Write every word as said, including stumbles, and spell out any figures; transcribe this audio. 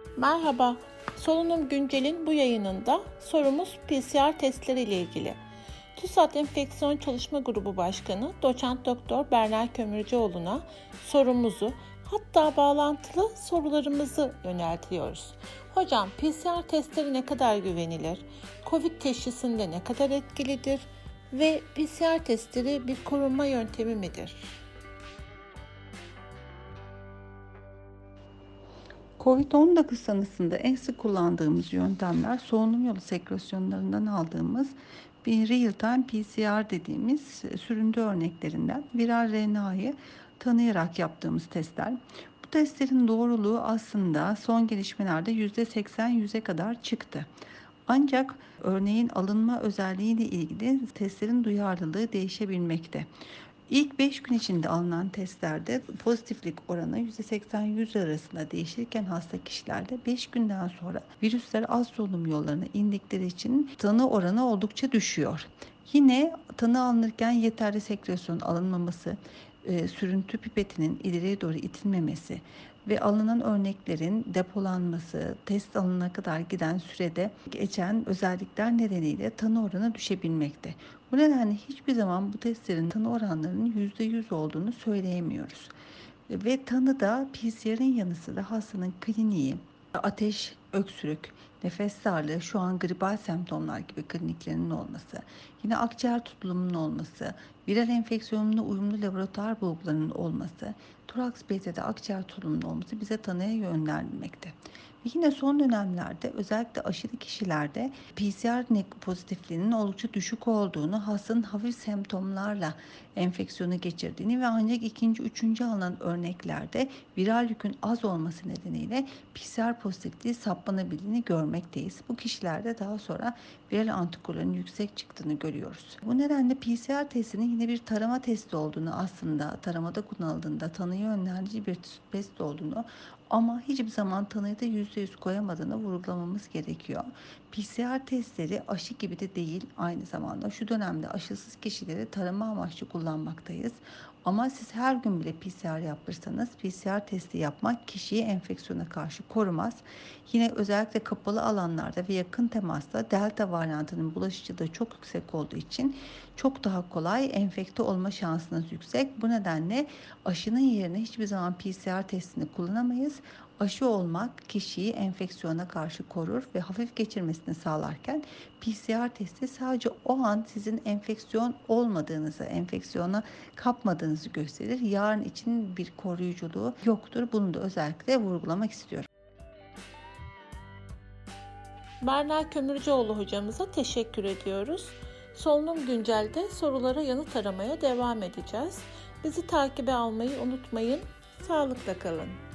Merhaba, Solunum Güncel'in bu yayınında sorumuz P C R testleri ile ilgili. TÜSAT Enfeksiyon Çalışma Grubu Başkanı Doçent Doktor Berna Kömürcüoğlu'na sorumuzu, hatta bağlantılı sorularımızı yöneltiyoruz. Hocam, P C R testleri ne kadar güvenilir? COVID teşhisinde ne kadar etkilidir? Ve P C R testleri bir korunma yöntemi midir? kovid on dokuz tanısında en sık kullandığımız yöntemler solunum yolu sekresyonlarından aldığımız bir real-time P C R dediğimiz sürüntü örneklerinden viral R N A'yı tanıyarak yaptığımız testler. Bu testlerin doğruluğu aslında son gelişmelerde yüzde seksen yüze kadar çıktı. Ancak örneğin alınma özelliğiyle ilgili testlerin duyarlılığı değişebilmekte. İlk beş gün içinde alınan testlerde pozitiflik oranı yüzde seksen yüz arasında değişirken hasta kişilerde beş günden sonra virüsler az solunum yollarına indikleri için tanı oranı oldukça düşüyor. Yine tanı alınırken yeterli sekresyon alınmaması, e, sürüntü pipetinin ileriye doğru itilmemesi ve alınan örneklerin depolanması, test alınana kadar giden sürede geçen özellikler nedeniyle tanı oranı düşebilmekte. Bu nedenle hiçbir zaman bu testlerin tanı oranlarının yüzde yüz olduğunu söyleyemiyoruz. Ve tanıda P C R'in yanı sıra hastanın kliniği, ateş, öksürük, nefes darlığı, şu an gribal semptomlar gibi kliniklerinin olması, yine akciğer tutulumunun olması, viral enfeksiyonuna uyumlu laboratuvar bulgularının olması, toraks P T'de akciğer tutulumunun olması bize tanıya yönlendirmekte. Ve yine son dönemlerde özellikle aşılı kişilerde P C R pozitifliğinin oldukça düşük olduğunu, hastanın hafif semptomlarla enfeksiyonu geçirdiğini ve ancak ikinci, üçüncü alınan örneklerde viral yükün az olması nedeniyle P C R pozitifliği saptanabildiğini görmekteyiz. Bu kişilerde daha sonra viral antikorların yüksek çıktığını görüyoruz. Bu nedenle P C R testinin yine bir tarama testi olduğunu, aslında taramada kullanıldığında tanıyı yönlendirici bir test olduğunu ama hiçbir zaman tanıyı da yüzde yüz koyamadığını vurgulamamız gerekiyor. P C R testleri aşı gibi de değil aynı zamanda. Şu dönemde aşısız kişileri tarama amaçlı kullanmaktayız. Ama siz her gün bile P C R yaptırsanız P C R testi yapmak kişiyi enfeksiyona karşı korumaz. Yine özellikle kapalı alanlarda ve yakın temasta delta varyantının bulaşıcılığı çok yüksek olduğu için çok daha kolay enfekte olma şansınız yüksek. Bu nedenle aşının yerine hiçbir zaman P C R testini kullanamayız. Aşı olmak kişiyi enfeksiyona karşı korur ve hafif geçirmesini sağlarken P C R testi sadece o an sizin enfeksiyon olmadığınızı, enfeksiyona kapmadığınızı gösterir. Yarın için bir koruyuculuğu yoktur. Bunu da özellikle vurgulamak istiyorum. Berna Kömürcüoğlu hocamıza teşekkür ediyoruz. Solunum Güncel'de sorulara yanıt aramaya devam edeceğiz. Bizi takibe almayı unutmayın. Sağlıkla kalın.